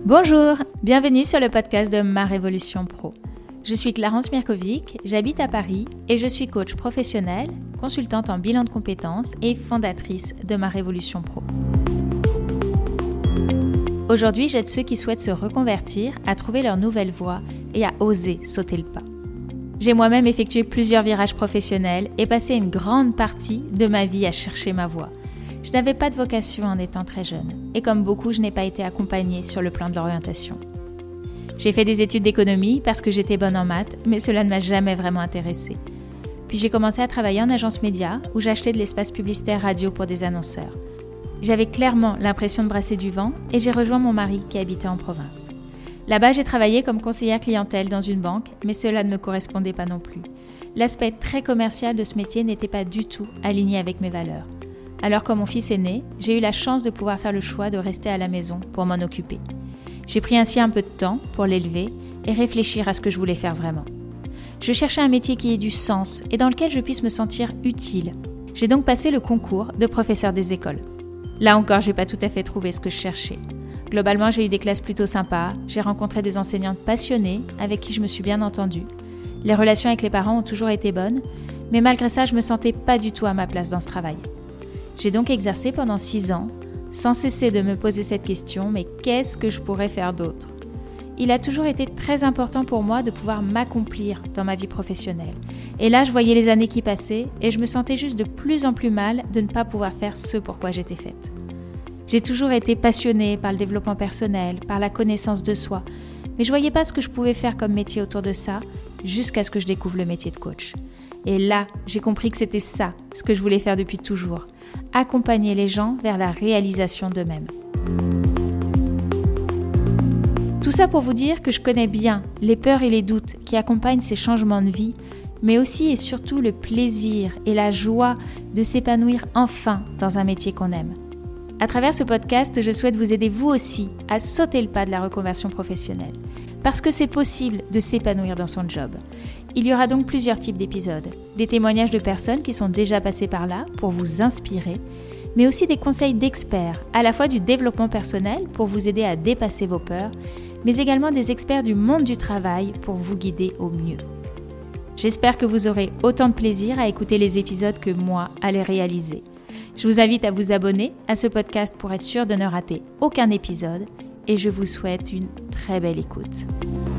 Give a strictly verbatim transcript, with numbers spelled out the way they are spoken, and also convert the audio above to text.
Bonjour, bienvenue sur le podcast de Ma Révolution Pro. Je suis Clarence Mirkovic, j'habite à Paris et je suis coach professionnelle, consultante en bilan de compétences et fondatrice de Ma Révolution Pro. Aujourd'hui, j'aide ceux qui souhaitent se reconvertir à trouver leur nouvelle voie et à oser sauter le pas. J'ai moi-même effectué plusieurs virages professionnels et passé une grande partie de ma vie à chercher ma voie. Je n'avais pas de vocation en étant très jeune et comme beaucoup, je n'ai pas été accompagnée sur le plan de l'orientation. J'ai fait des études d'économie parce que j'étais bonne en maths, mais cela ne m'a jamais vraiment intéressée. Puis j'ai commencé à travailler en agence média où j'achetais de l'espace publicitaire radio pour des annonceurs. J'avais clairement l'impression de brasser du vent et j'ai rejoint mon mari qui habitait en province. Là-bas, j'ai travaillé comme conseillère clientèle dans une banque, mais cela ne me correspondait pas non plus. L'aspect très commercial de ce métier n'était pas du tout aligné avec mes valeurs. Alors quand mon fils est né, j'ai eu la chance de pouvoir faire le choix de rester à la maison pour m'en occuper. J'ai pris ainsi un peu de temps pour l'élever et réfléchir à ce que je voulais faire vraiment. Je cherchais un métier qui ait du sens et dans lequel je puisse me sentir utile. J'ai donc passé le concours de professeur des écoles. Là encore, j'ai pas tout à fait trouvé ce que je cherchais. Globalement, j'ai eu des classes plutôt sympas, j'ai rencontré des enseignantes passionnées avec qui je me suis bien entendue. Les relations avec les parents ont toujours été bonnes, mais malgré ça, je me sentais pas du tout à ma place dans ce travail. J'ai donc exercé pendant six ans, sans cesser de me poser cette question, mais qu'est-ce que je pourrais faire d'autre ? Il a toujours été très important pour moi de pouvoir m'accomplir dans ma vie professionnelle. Et là, je voyais les années qui passaient et je me sentais juste de plus en plus mal de ne pas pouvoir faire ce pour quoi j'étais faite. J'ai toujours été passionnée par le développement personnel, par la connaissance de soi, mais je voyais pas ce que je pouvais faire comme métier autour de ça, jusqu'à ce que je découvre le métier de coach. Et là, j'ai compris que c'était ça, ce que je voulais faire depuis toujours, accompagner les gens vers la réalisation d'eux-mêmes. Tout ça pour vous dire que je connais bien les peurs et les doutes qui accompagnent ces changements de vie, mais aussi et surtout le plaisir et la joie de s'épanouir enfin dans un métier qu'on aime. À travers ce podcast, je souhaite vous aider vous aussi à sauter le pas de la reconversion professionnelle, parce que c'est possible de s'épanouir dans son job. Il y aura donc plusieurs types d'épisodes, des témoignages de personnes qui sont déjà passées par là pour vous inspirer, mais aussi des conseils d'experts, à la fois du développement personnel pour vous aider à dépasser vos peurs, mais également des experts du monde du travail pour vous guider au mieux. J'espère que vous aurez autant de plaisir à écouter les épisodes que moi à les réaliser. Je vous invite à vous abonner à ce podcast pour être sûr de ne rater aucun épisode et je vous souhaite une très belle écoute.